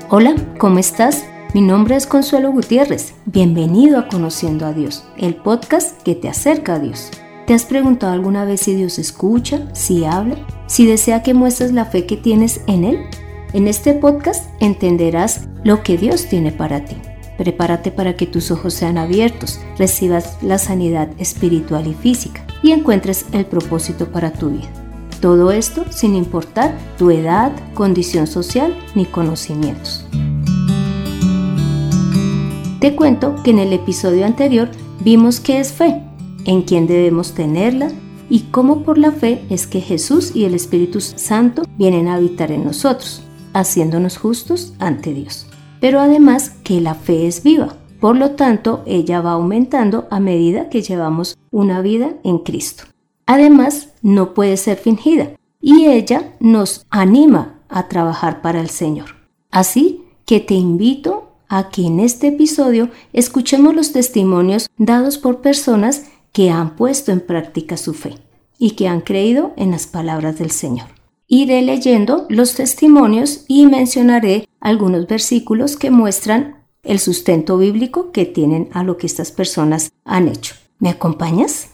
Hola, ¿cómo estás? Mi nombre es Consuelo Gutiérrez. Bienvenido a Conociendo a Dios, el podcast que te acerca a Dios. ¿Te has preguntado alguna vez si Dios escucha, si habla, si desea que muestres la fe que tienes en Él? En este podcast entenderás lo que Dios tiene para ti. Prepárate para que tus ojos sean abiertos, recibas la sanidad espiritual y física y encuentres el propósito para tu vida. Todo esto sin importar tu edad, condición social ni conocimientos. Te cuento que en el episodio anterior vimos qué es fe, en quién debemos tenerla y cómo por la fe es que Jesús y el Espíritu Santo vienen a habitar en nosotros, haciéndonos justos ante Dios. Pero además que la fe es viva, por lo tanto ella va aumentando a medida que llevamos una vida en Cristo. Además, no puede ser fingida y ella nos anima a trabajar para el Señor. Así que te invito a que en este episodio escuchemos los testimonios dados por personas que han puesto en práctica su fe y que han creído en las palabras del Señor. Iré leyendo los testimonios y mencionaré algunos versículos que muestran el sustento bíblico que tienen a lo que estas personas han hecho. ¿Me acompañas?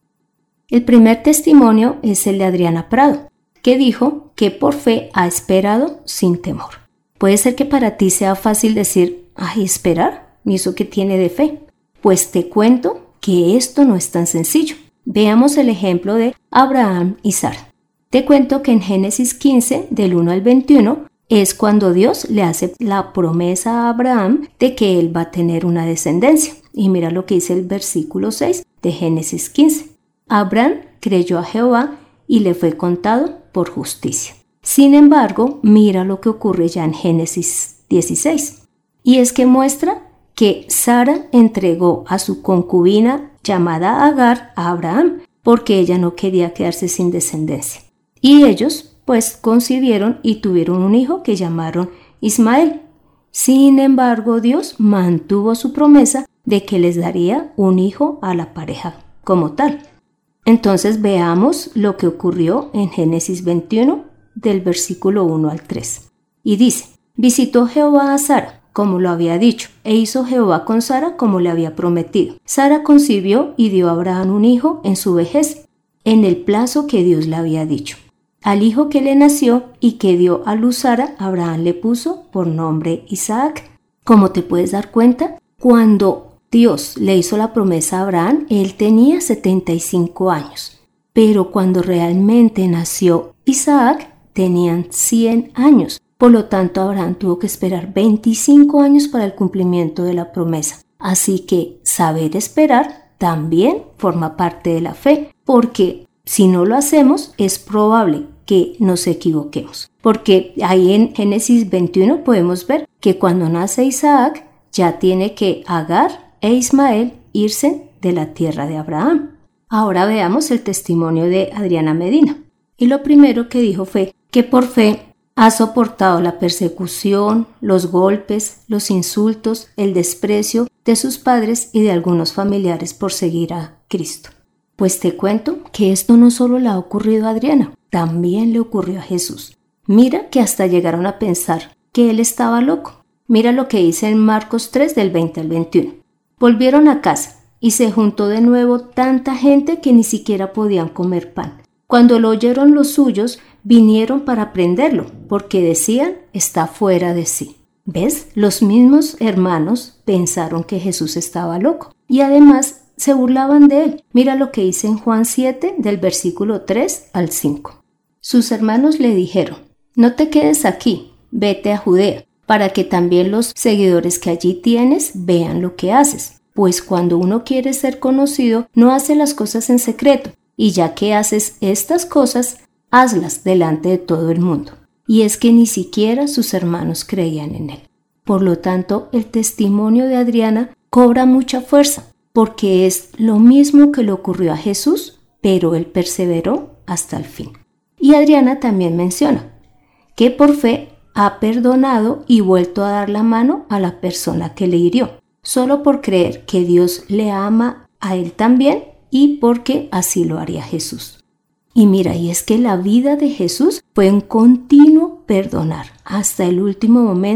El primer testimonio es el de Adriana Prado, que dijo que por fe ha esperado sin temor. Puede ser que para ti sea fácil decir, ¡ay, esperar! ¿Y eso qué tiene de fe? Pues te cuento que esto no es tan sencillo. Veamos el ejemplo de Abraham y Sara. Te cuento que en Génesis 15, del 1 al 21, es cuando Dios le hace la promesa a Abraham de que él va a tener una descendencia. Y mira lo que dice el versículo 6 de Génesis 15. Abraham creyó a Jehová y le fue contado por justicia. Sin embargo, mira lo que ocurre ya en Génesis 16. Y es que muestra que Sara entregó a su concubina llamada Agar a Abraham porque ella no quería quedarse sin descendencia. Y ellos pues concibieron y tuvieron un hijo que llamaron Ismael. Sin embargo, Dios mantuvo su promesa de que les daría un hijo a la pareja como tal. Entonces veamos lo que ocurrió en Génesis 21 del versículo 1 al 3. Y dice, visitó Jehová a Sara, como lo había dicho, e hizo Jehová con Sara como le había prometido. Sara concibió y dio a Abraham un hijo en su vejez, en el plazo que Dios le había dicho. Al hijo que le nació y que dio a luz Sara, Abraham le puso por nombre Isaac. Como te puedes dar cuenta, cuando Dios le hizo la promesa a Abraham, él tenía 75 años, pero cuando realmente nació Isaac, tenían 100 años. Por lo tanto, Abraham tuvo que esperar 25 años para el cumplimiento de la promesa. Así que saber esperar también forma parte de la fe, porque si no lo hacemos, es probable que nos equivoquemos. Porque ahí en Génesis 21 podemos ver que cuando nace Isaac, ya tiene que Agar e Ismael irse de la tierra de Abraham. Ahora veamos el testimonio de Adriana Medina. Y lo primero que dijo fue que por fe ha soportado la persecución, los golpes, los insultos, el desprecio de sus padres y de algunos familiares por seguir a Cristo. Pues te cuento que esto no solo le ha ocurrido a Adriana, también le ocurrió a Jesús. Mira que hasta llegaron a pensar que él estaba loco. Mira lo que dice en Marcos 3 del 20 al 21. Volvieron a casa y se juntó de nuevo tanta gente que ni siquiera podían comer pan. Cuando lo oyeron los suyos, vinieron para prenderlo, porque decían, está fuera de sí. ¿Ves? Los mismos hermanos pensaron que Jesús estaba loco y además se burlaban de él. Mira lo que dice en Juan 7 del versículo 3 al 5. Sus hermanos le dijeron, no te quedes aquí, vete a Judea, para que también los seguidores que allí tienes vean lo que haces. Pues cuando uno quiere ser conocido, no hace las cosas en secreto, y ya que haces estas cosas, hazlas delante de todo el mundo. Y es que ni siquiera sus hermanos creían en él. Por lo tanto, el testimonio de Adriana cobra mucha fuerza, porque es lo mismo que le ocurrió a Jesús, pero él perseveró hasta el fin. Y Adriana también menciona que por fe ha perdonado y vuelto a dar la mano a la persona que le hirió, solo por creer que Dios le ama a él también y porque así lo haría Jesús. Y mira, y es que la vida de Jesús fue un continuo perdonar hasta el último momento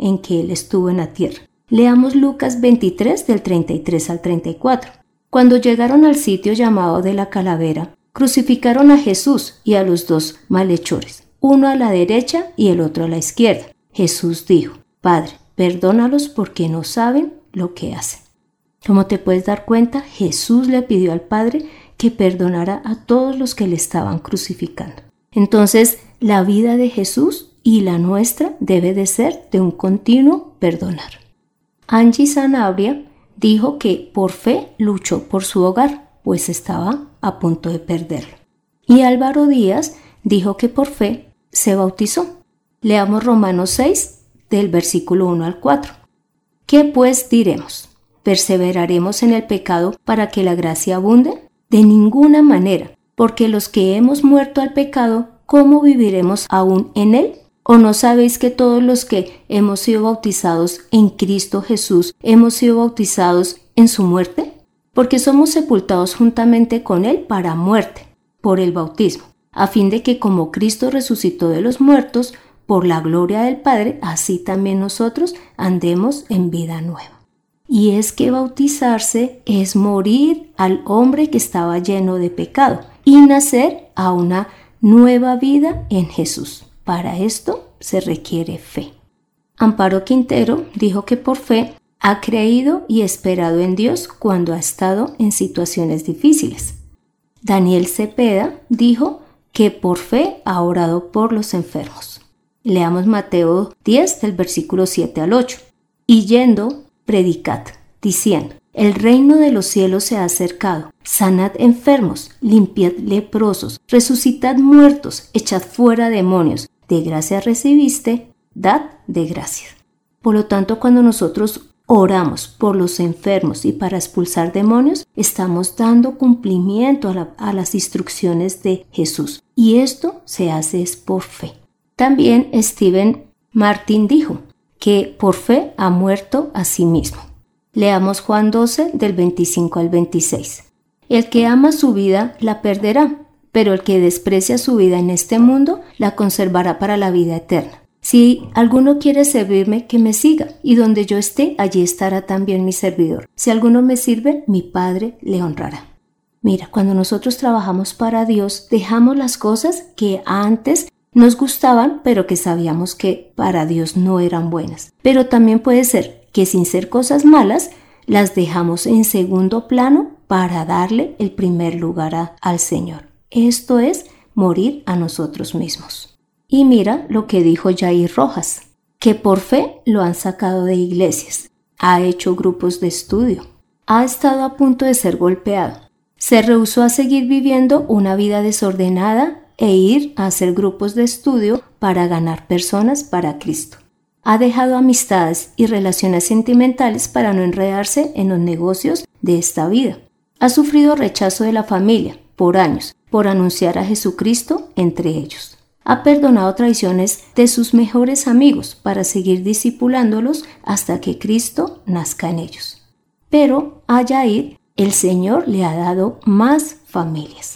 en que Él estuvo en la tierra. Leamos Lucas 23 del 33 al 34. Cuando llegaron al sitio llamado de la Calavera, crucificaron a Jesús y a los dos malhechores, uno a la derecha y el otro a la izquierda. Jesús dijo: Padre, perdónalos porque no saben lo que hacen. Como te puedes dar cuenta, Jesús le pidió al Padre que perdonara a todos los que le estaban crucificando. Entonces, la vida de Jesús y la nuestra debe de ser de un continuo perdonar. Angie Sanabria dijo que por fe luchó por su hogar, pues estaba a punto de perderlo. Y Álvaro Díaz dijo que por fe se bautizó. Leamos Romanos 6, del versículo 1 al 4. ¿Qué pues diremos? ¿Perseveraremos en el pecado para que la gracia abunde? De ninguna manera, porque los que hemos muerto al pecado, ¿cómo viviremos aún en él? ¿O no sabéis que todos los que hemos sido bautizados en Cristo Jesús hemos sido bautizados en su muerte? Porque somos sepultados juntamente con él para muerte, por el bautismo, a fin de que como Cristo resucitó de los muertos, por la gloria del Padre, así también nosotros andemos en vida nueva. Y es que bautizarse es morir al hombre que estaba lleno de pecado y nacer a una nueva vida en Jesús. Para esto se requiere fe. Amparo Quintero dijo que por fe ha creído y esperado en Dios cuando ha estado en situaciones difíciles. Daniel Cepeda dijo que por fe ha orado por los enfermos. Leamos Mateo 10 del versículo 7 al 8. Y yendo, predicad, diciendo: el reino de los cielos se ha acercado. Sanad enfermos, limpiad leprosos, resucitad muertos, echad fuera demonios. De gracia recibiste, dad de gracia. Por lo tanto, cuando nosotros oramos por los enfermos y para expulsar demonios, estamos dando cumplimiento a las instrucciones de Jesús. Y esto se hace es por fe. También Stephen Martin dijo que por fe ha muerto a sí mismo. Leamos Juan 12 del 25 al 26. El que ama su vida la perderá, pero el que desprecia su vida en este mundo la conservará para la vida eterna. Si alguno quiere servirme, que me siga, y donde yo esté, allí estará también mi servidor. Si alguno me sirve, mi Padre le honrará. Mira, cuando nosotros trabajamos para Dios, dejamos las cosas que antes nos gustaban, pero que sabíamos que para Dios no eran buenas. Pero también puede ser que sin ser cosas malas, las dejamos en segundo plano para darle el primer lugar al Señor. Esto es morir a nosotros mismos. Y mira lo que dijo Jair Rojas, que por fe lo han sacado de iglesias, ha hecho grupos de estudio, ha estado a punto de ser golpeado, se rehusó a seguir viviendo una vida desordenada e ir a hacer grupos de estudio para ganar personas para Cristo. Ha dejado amistades y relaciones sentimentales para no enredarse en los negocios de esta vida. Ha sufrido rechazo de la familia por años, por anunciar a Jesucristo entre ellos. Ha perdonado traiciones de sus mejores amigos para seguir discipulándolos hasta que Cristo nazca en ellos. Pero a Jair, el Señor le ha dado más familias.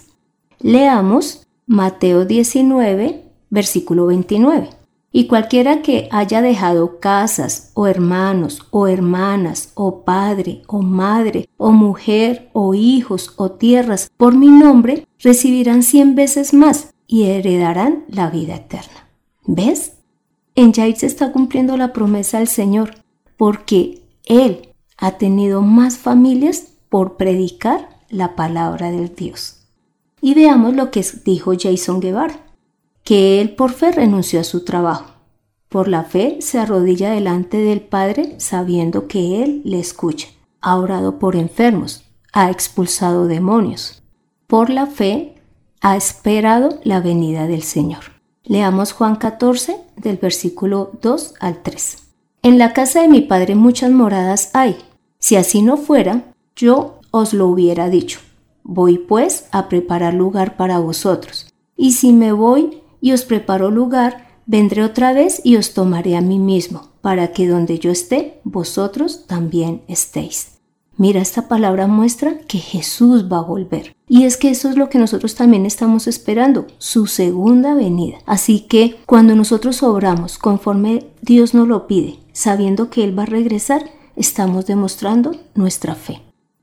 Leamos Mateo 19, versículo 29. Y cualquiera que haya dejado casas, o hermanos, o hermanas, o padre, o madre, o mujer, o hijos, o tierras, por mi nombre, recibirán 100 veces más y heredarán la vida eterna. ¿Ves? En Jair se está cumpliendo la promesa del Señor, porque Él ha tenido más familias por predicar la palabra del Dios. Y veamos lo que dijo Jason Guevara, que él por fe renunció a su trabajo. Por la fe se arrodilla delante del Padre sabiendo que Él le escucha. Ha orado por enfermos, ha expulsado demonios. Por la fe ha esperado la venida del Señor. Leamos Juan 14 del versículo 2 al 3. En la casa de mi Padre muchas moradas hay. Si así no fuera, yo os lo hubiera dicho. Voy pues a preparar lugar para vosotros. Y si me voy y os preparo lugar, vendré otra vez y os tomaré a mí mismo, para que donde yo esté, vosotros también estéis. Mira, esta palabra muestra que Jesús va a volver. Y es que eso es lo que nosotros también estamos esperando, su segunda venida. Así que cuando nosotros obramos conforme Dios nos lo pide, sabiendo que Él va a regresar, estamos demostrando nuestra fe.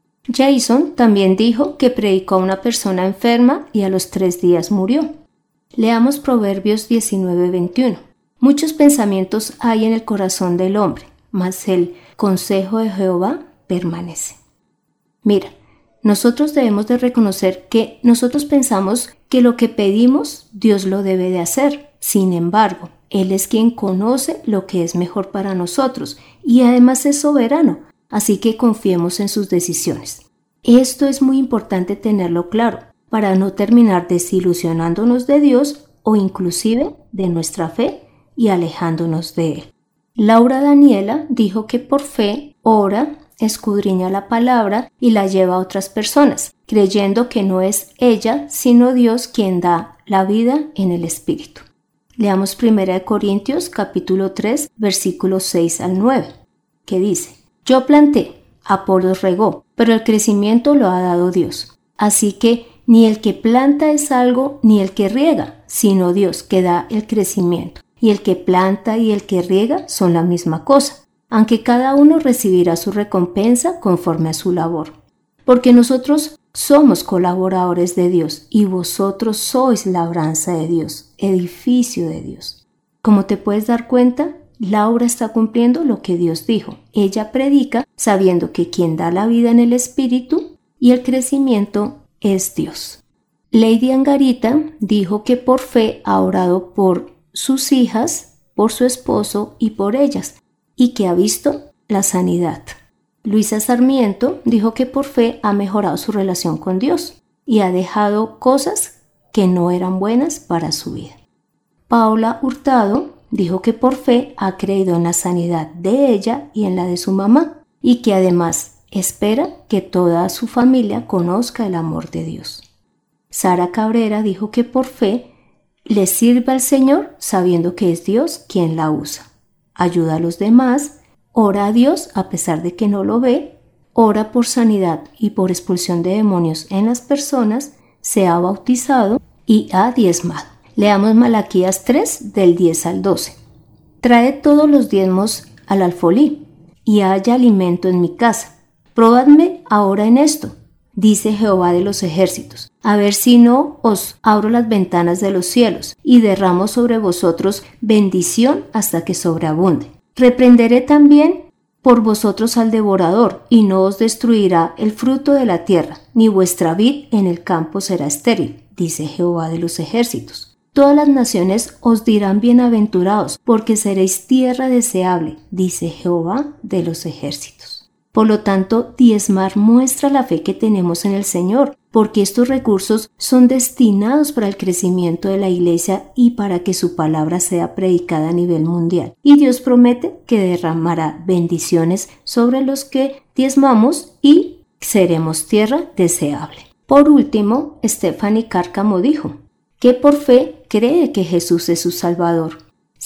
Jason también dijo que predicó a una persona enferma y a los 3 días murió. Leamos Proverbios 19:21. Muchos pensamientos hay en el corazón del hombre, mas el consejo de Jehová permanece. Mira, nosotros debemos de reconocer que nosotros pensamos que lo que pedimos Dios lo debe de hacer. Sin embargo, Él es quien conoce lo que es mejor para nosotros y además es soberano, así que confiemos en sus decisiones. Esto es muy importante tenerlo claro para no terminar desilusionándonos de Dios o inclusive de nuestra fe y alejándonos de Él. Laura Daniela dijo que por fe ora, escudriña la palabra y la lleva a otras personas, creyendo que no es ella, sino Dios quien da la vida en el Espíritu. Leamos 1 Corintios capítulo 3, versículos 6 al 9, que dice: Yo planté, Apolos regó, pero el crecimiento lo ha dado Dios. Así que ni el que planta es algo, ni el que riega, sino Dios que da el crecimiento. Y el que planta y el que riega son la misma cosa, aunque cada uno recibirá su recompensa conforme a su labor. Porque nosotros somos colaboradores de Dios y vosotros sois labranza de Dios, edificio de Dios. Como te puedes dar cuenta, Laura está cumpliendo lo que Dios dijo. Ella predica sabiendo que quien da la vida en el Espíritu y el crecimiento es Dios. Lady Angarita dijo que por fe ha orado por sus hijas, por su esposo y por ellas, y que ha visto la sanidad. Luisa Sarmiento dijo que por fe ha mejorado su relación con Dios y ha dejado cosas que no eran buenas para su vida. Paula Hurtado dijo que por fe ha creído en la sanidad de ella y en la de su mamá, y que además espera que toda su familia conozca el amor de Dios. Sara Cabrera dijo que por fe le sirve al Señor sabiendo que es Dios quien la usa. Ayuda a los demás, ora a Dios a pesar de que no lo ve, ora por sanidad y por expulsión de demonios en las personas, se ha bautizado y ha diezmado. Leamos Malaquías 3 del 10 al 12. Trae todos los diezmos al alfolí y haya alimento en mi casa. Probadme ahora en esto, dice Jehová de los ejércitos, a ver si no os abro las ventanas de los cielos y derramo sobre vosotros bendición hasta que sobreabunde. Reprenderé también por vosotros al devorador y no os destruirá el fruto de la tierra, ni vuestra vid en el campo será estéril, dice Jehová de los ejércitos. Todas las naciones os dirán bienaventurados, porque seréis tierra deseable, dice Jehová de los ejércitos. Por lo tanto, diezmar muestra la fe que tenemos en el Señor, porque estos recursos son destinados para el crecimiento de la iglesia y para que su palabra sea predicada a nivel mundial. Y Dios promete que derramará bendiciones sobre los que diezmamos y seremos tierra deseable. Por último, Stephanie Cárcamo dijo que por fe cree que Jesús es su Salvador.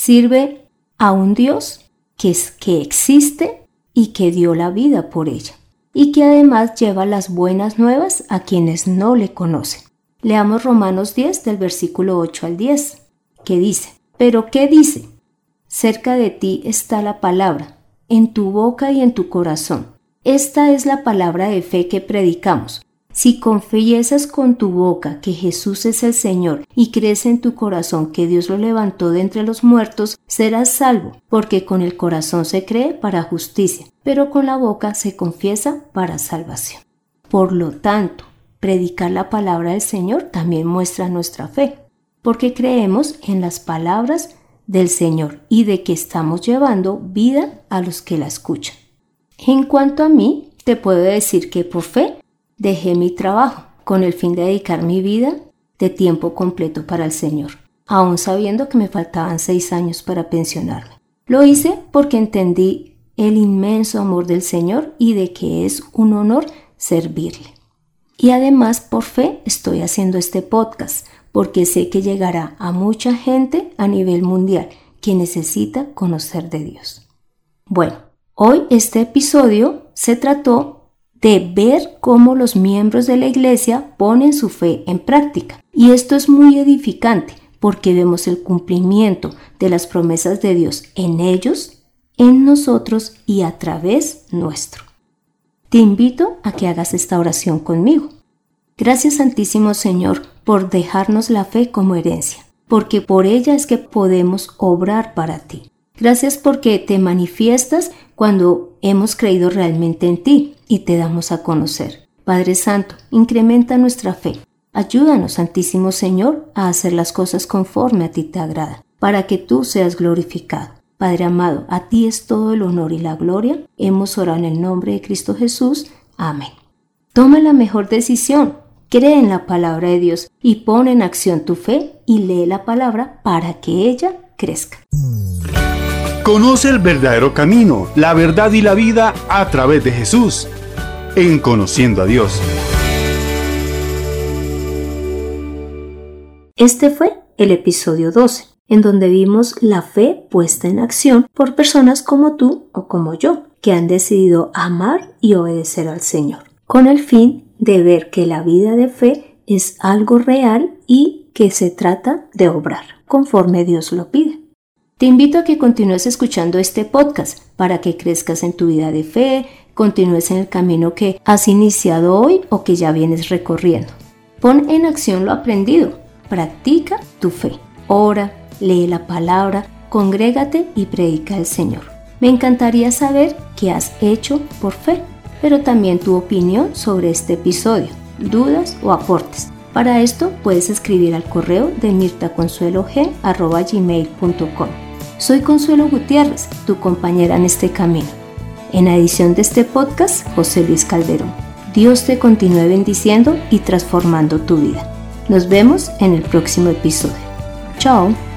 Sirve a un Dios que existe y que dio la vida por ella, y que además lleva las buenas nuevas a quienes no le conocen. Leamos Romanos 10 del versículo 8 al 10, que dice: ¿Pero qué dice? Cerca de ti está la palabra, en tu boca y en tu corazón. Esta es la palabra de fe que predicamos. Si confiesas con tu boca que Jesús es el Señor y crees en tu corazón que Dios lo levantó de entre los muertos, serás salvo, porque con el corazón se cree para justicia, pero con la boca se confiesa para salvación. Por lo tanto, predicar la palabra del Señor también muestra nuestra fe, porque creemos en las palabras del Señor y de que estamos llevando vida a los que la escuchan. En cuanto a mí, te puedo decir que por fe dejé mi trabajo con el fin de dedicar mi vida de tiempo completo para el Señor, aún sabiendo que me faltaban 6 años para pensionarme. Lo hice porque entendí el inmenso amor del Señor y de que es un honor servirle. Y además, por fe, estoy haciendo este podcast, porque sé que llegará a mucha gente a nivel mundial que necesita conocer de Dios. Bueno, hoy este episodio se trató de ver cómo los miembros de la iglesia ponen su fe en práctica. Y esto es muy edificante porque vemos el cumplimiento de las promesas de Dios en ellos, en nosotros y a través nuestro. Te invito a que hagas esta oración conmigo. Gracias, Santísimo Señor, por dejarnos la fe como herencia, porque por ella es que podemos obrar para ti. Gracias porque te manifiestas cuando hemos creído realmente en ti y te damos a conocer. Padre Santo, incrementa nuestra fe. Ayúdanos, Santísimo Señor, a hacer las cosas conforme a ti te agrada, para que tú seas glorificado. Padre amado, a ti es todo el honor y la gloria. Hemos orado en el nombre de Cristo Jesús. Amén. Toma la mejor decisión. Cree en la palabra de Dios y pon en acción tu fe y lee la palabra para que ella crezca. Conoce el verdadero camino, la verdad y la vida a través de Jesús, en Conociendo a Dios. Este fue el episodio 12, en donde vimos la fe puesta en acción por personas como tú o como yo, que han decidido amar y obedecer al Señor, con el fin de ver que la vida de fe es algo real y que se trata de obrar, conforme Dios lo pide. Te invito a que continúes escuchando este podcast para que crezcas en tu vida de fe, continúes en el camino que has iniciado hoy o que ya vienes recorriendo. Pon en acción lo aprendido, practica tu fe, ora, lee la palabra, congrégate y predica al Señor. Me encantaría saber qué has hecho por fe, pero también tu opinión sobre este episodio, dudas o aportes. Para esto puedes escribir al correo de mirtaconsuelog@gmail.com. Soy Consuelo Gutiérrez, tu compañera en este camino. En la edición de este podcast, José Luis Calderón. Dios te continúe bendiciendo y transformando tu vida. Nos vemos en el próximo episodio. Chao.